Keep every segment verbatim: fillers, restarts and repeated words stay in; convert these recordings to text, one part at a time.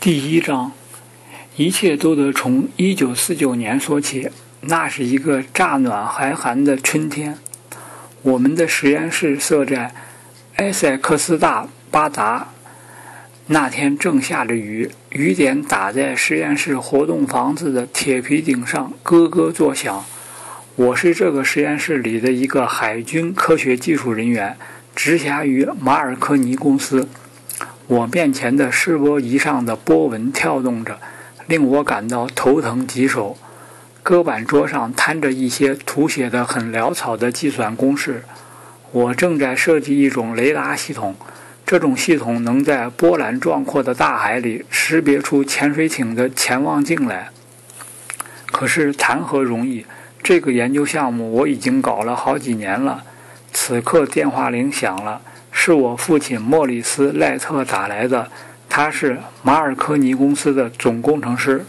第一章，一切都得从一九四九年说起。那是一个乍暖还寒的春天，我们的实验室设在埃塞克斯大巴达。那天正下着雨，雨点打在实验室活动房子的铁皮顶上，咯咯作响。我是这个实验室里的一个海军科学技术人员，直辖于马尔科尼公司。我面前的示波仪上的波纹跳动着，令我感到头疼棘手。搁板桌上摊着一些涂写得很潦草的计算公式。我正在设计一种雷达系统，这种系统能在波澜壮阔的大海里识别出潜水艇的潜望镜来。可是谈何容易，这个研究项目我已经搞了好几年了。此刻电话铃响了，是我父亲莫里斯·赖特打来的，他是马尔科尼公司的总工程师。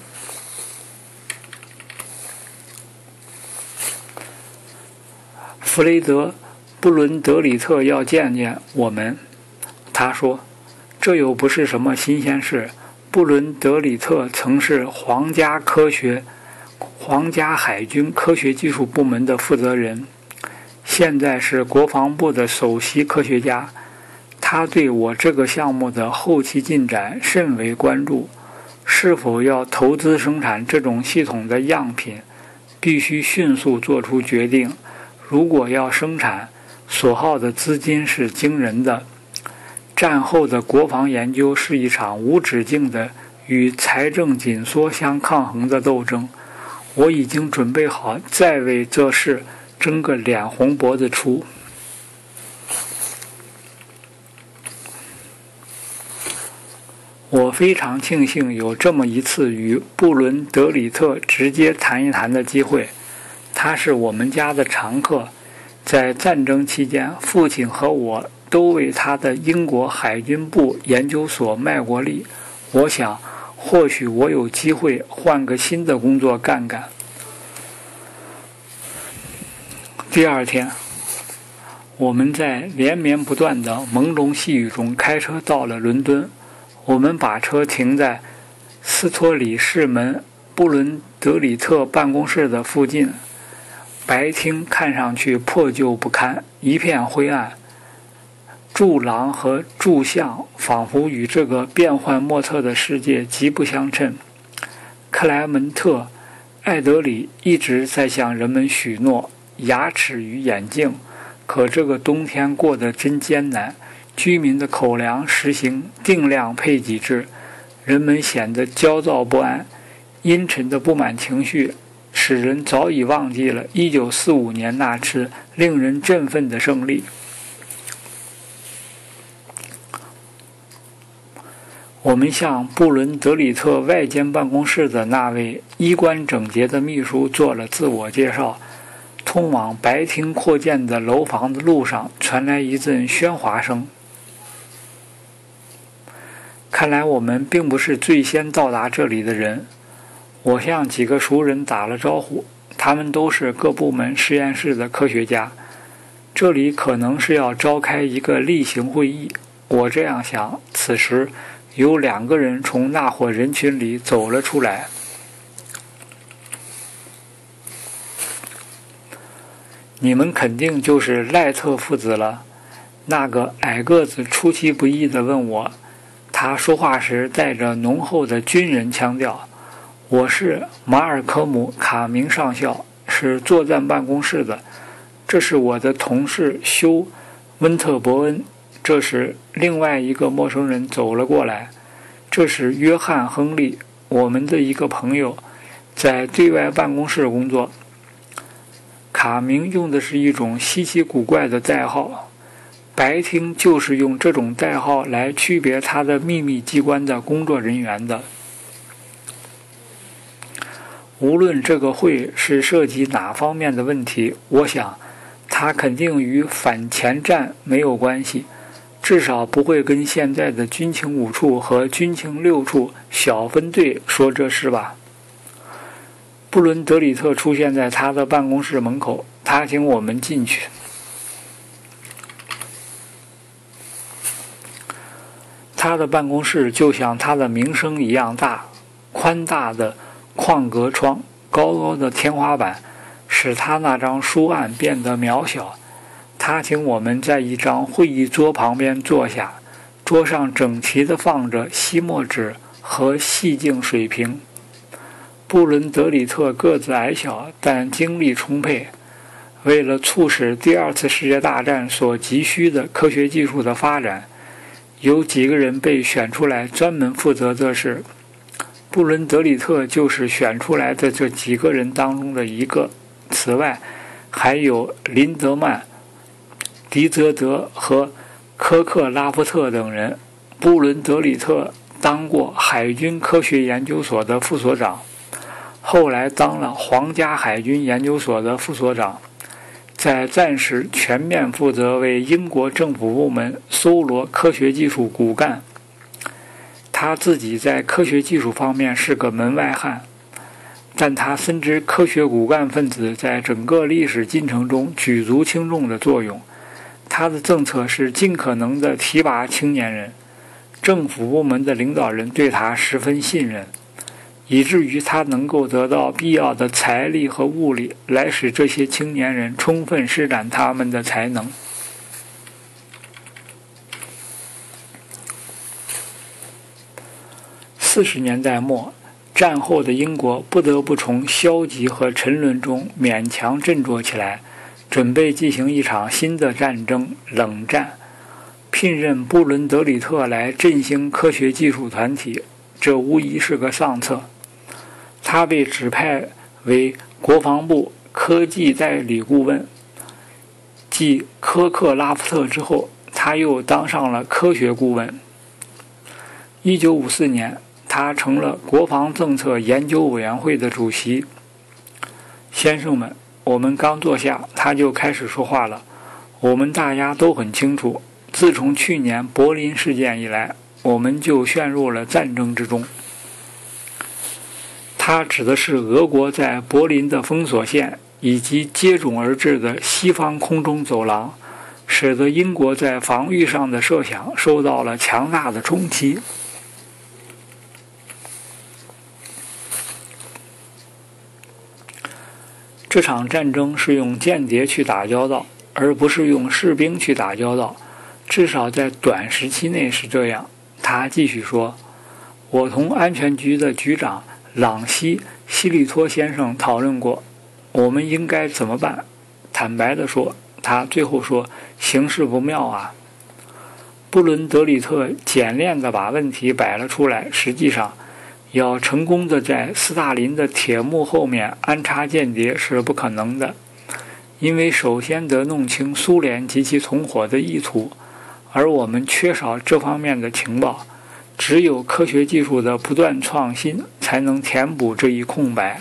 弗雷德·布伦德里特要见见我们，他说，这又不是什么新鲜事。布伦德里特曾是皇家科学、皇家海军科学技术部门的负责人，现在是国防部的首席科学家。他对我这个项目的后期进展甚为关注。是否要投资生产这种系统的样品，必须迅速做出决定。如果要生产，所耗的资金是惊人的。战后的国防研究是一场无止境的与财政紧缩相抗衡的斗争。我已经准备好再为这事争个脸红脖子粗。我非常庆幸有这么一次与布伦德里特直接谈一谈的机会。他是我们家的常客，在战争期间，父亲和我都为他的英国海军部研究所卖过力。我想，或许我有机会换个新的工作干干。第二天，我们在连绵不断的朦胧细雨中开车到了伦敦。我们把车停在斯托里士门布伦德里特办公室的附近。白厅看上去破旧不堪，一片灰暗，柱廊和柱像仿佛与这个变幻莫测的世界极不相称。克莱门特·艾德里一直在向人们许诺牙齿与眼镜，可这个冬天过得真艰难。居民的口粮实行定量配给制，人们显得焦躁不安，阴沉的不满情绪使人早已忘记了一九四五年那次令人振奋的胜利。我们向布伦德里特外间办公室的那位衣冠整洁的秘书做了自我介绍。通往白厅扩建的楼房的路上传来一阵喧哗声。看来我们并不是最先到达这里的人。我向几个熟人打了招呼，他们都是各部门实验室的科学家。这里可能是要召开一个例行会议，我这样想。此时，有两个人从那伙人群里走了出来。你们肯定就是赖特父子了，那个矮个子出其不意地问我。他说话时带着浓厚的军人腔调。我是马尔科姆·卡明上校，是作战办公室的。这是我的同事休·温特伯恩。这时，另外一个陌生人走了过来。这是约翰·亨利，我们的一个朋友，在对外办公室工作。卡明用的是一种稀奇古怪的代号，白厅就是用这种代号来区别他的秘密机关的工作人员的。无论这个会是涉及哪方面的问题，我想它肯定与反潜战没有关系，至少不会跟现在的军情五处和军情六处小分队说这事吧。布伦德里特出现在他的办公室门口，他请我们进去。 他的办公室就像他的名声一样大，宽大的框格窗，高高的天花板，使他那张书案变得渺小。他请我们在一张会议桌旁边坐下，桌上整齐地放着吸墨纸和细镜水瓶。布伦德里特个子矮小，但精力充沛。为了促使第二次世界大战所急需的科学技术的发展，有几个人被选出来专门负责这事。布伦德里特就是选出来的这几个人当中的一个。此外，还有林德曼、迪泽德和科克拉夫特等人。布伦德里特当过海军科学研究所的副所长，后来当了皇家海军研究所的副所长，在战时全面负责为英国政府部门搜罗科学技术骨干。他自己在科学技术方面是个门外汉，但他深知科学骨干分子在整个历史进程中举足轻重的作用。他的政策是尽可能地提拔青年人，政府部门的领导人对他十分信任，以至于他能够得到必要的财力和物力，来使这些青年人充分施展他们的才能。四十年代末，战后的英国不得不从消极和沉沦中勉强振作起来，准备进行一场新的战争——冷战。聘任布伦德里特来振兴科学技术团体，这无疑是个上策。他被指派为国防部科技代理顾问，继科克拉夫特之后，他又当上了科学顾问。一九五四年，他成了国防政策研究委员会的主席。先生们，我们刚坐下，他就开始说话了。我们大家都很清楚，自从去年柏林事件以来，我们就陷入了战争之中。他指的是俄国在柏林的封锁线以及接踵而至的西方空中走廊，使得英国在防御上的设想受到了强大的冲击。这场战争是用间谍去打交道，而不是用士兵去打交道，至少在短时期内是这样。他继续说，我同安全局的局长朗西·希利托先生讨论过，我们应该怎么办。坦白地说，他最后说，形势不妙啊。布伦德里特简练地把问题摆了出来，实际上要成功的在斯大林的铁幕后面安插间谍是不可能的，因为首先得弄清苏联及其同伙的意图，而我们缺少这方面的情报。只有科学技术的不断创新才能填补这一空白。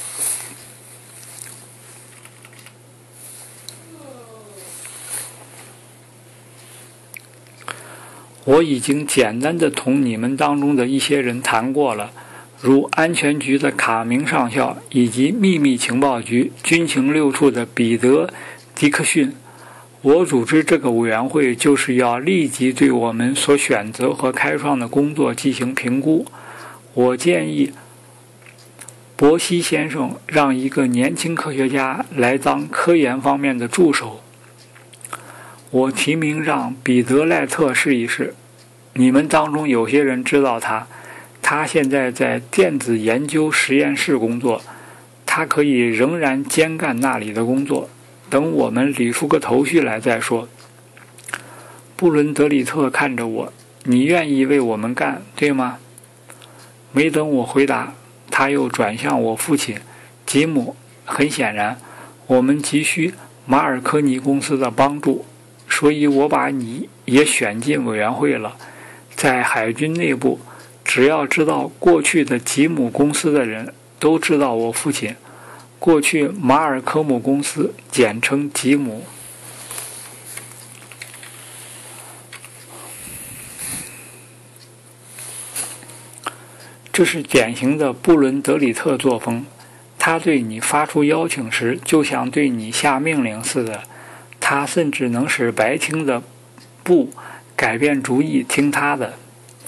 我已经简单的同你们当中的一些人谈过了，如安全局的卡明上校以及秘密情报局军情六处的彼得·迪克逊。我组织这个委员会就是要立即对我们所选择和开创的工作进行评估。我建议伯西先生让一个年轻科学家来当科研方面的助手。我提名让彼得·赖特试一试，你们当中有些人知道他，他现在在电子研究实验室工作，他可以仍然兼干那里的工作。等我们理出个头绪来再说。布伦德里特看着我，你愿意为我们干，对吗？没等我回答，他又转向我父亲吉姆。很显然，我们急需马尔科尼公司的帮助，所以我把你也选进委员会了。在海军内部，只要知道过去的吉姆公司的人都知道我父亲。过去马尔科姆公司简称吉姆。这是典型的布伦德里特作风，他对你发出邀请时就像对你下命令似的，他甚至能使白听的不改变主意听他的。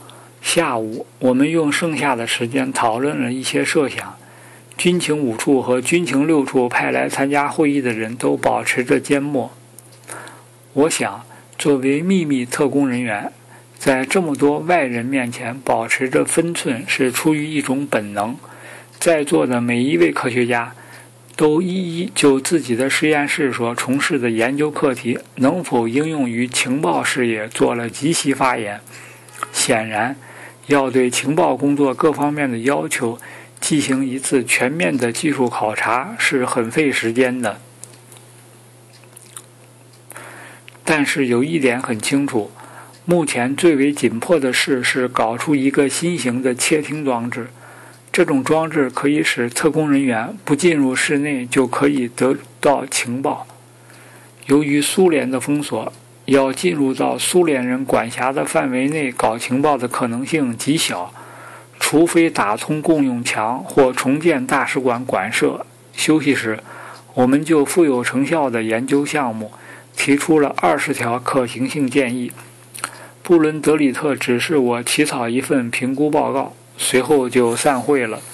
下午，我们用剩下的时间讨论了一些设想。军情五处和军情六处派来参加会议的人都保持着缄默。我想，作为秘密特工人员，在这么多外人面前保持着分寸是出于一种本能。在座的每一位科学家都一一就自己的实验室所从事的研究课题能否应用于情报事业做了即席发言。显然，要对情报工作各方面的要求进行一次全面的技术考察是很费时间的。但是有一点很清楚，目前最为紧迫的事是搞出一个新型的窃听装置。这种装置可以使特工人员不进入室内就可以得到情报。由于苏联的封锁，要进入到苏联人管辖的范围内搞情报的可能性极小，除非打通共用墙或重建大使馆馆舍。休息时，我们就富有成效的研究项目提出了二十条可行性建议。布伦德里特指示我起草一份评估报告，随后就散会了。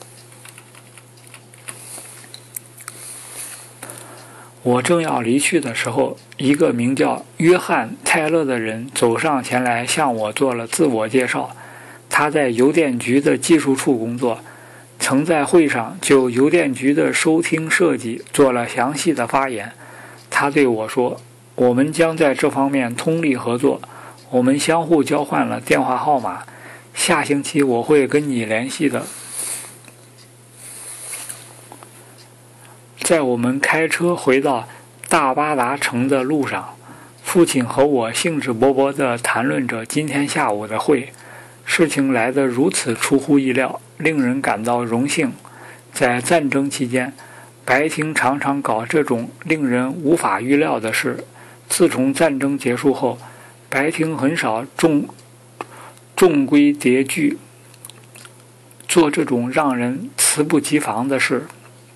我正要离去的时候，一个名叫约翰·泰勒的人走上前来向我做了自我介绍。他在邮电局的技术处工作，曾在会上就邮电局的收听设计做了详细的发言。他对我说，我们将在这方面通力合作，我们相互交换了电话号码，下星期我会跟你联系的。在我们开车回到大巴达城的路上，父亲和我兴致勃勃地谈论着今天下午的会。事情来得如此出乎意料，令人感到荣幸。在战争期间，白厅常常搞这种令人无法预料的事。自从战争结束后，白厅很少重重规叠矩做这种让人猝不及防的事。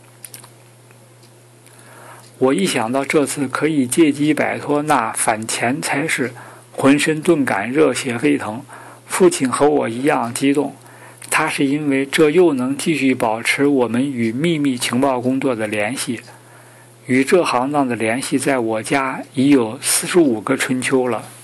我一想到这次可以借机摆脱那反钱差事，浑身顿感热血沸腾。父亲和我一样激动，他是因为这又能继续保持我们与秘密情报工作的联系。与这行当的联系在我家已有四十五个春秋了。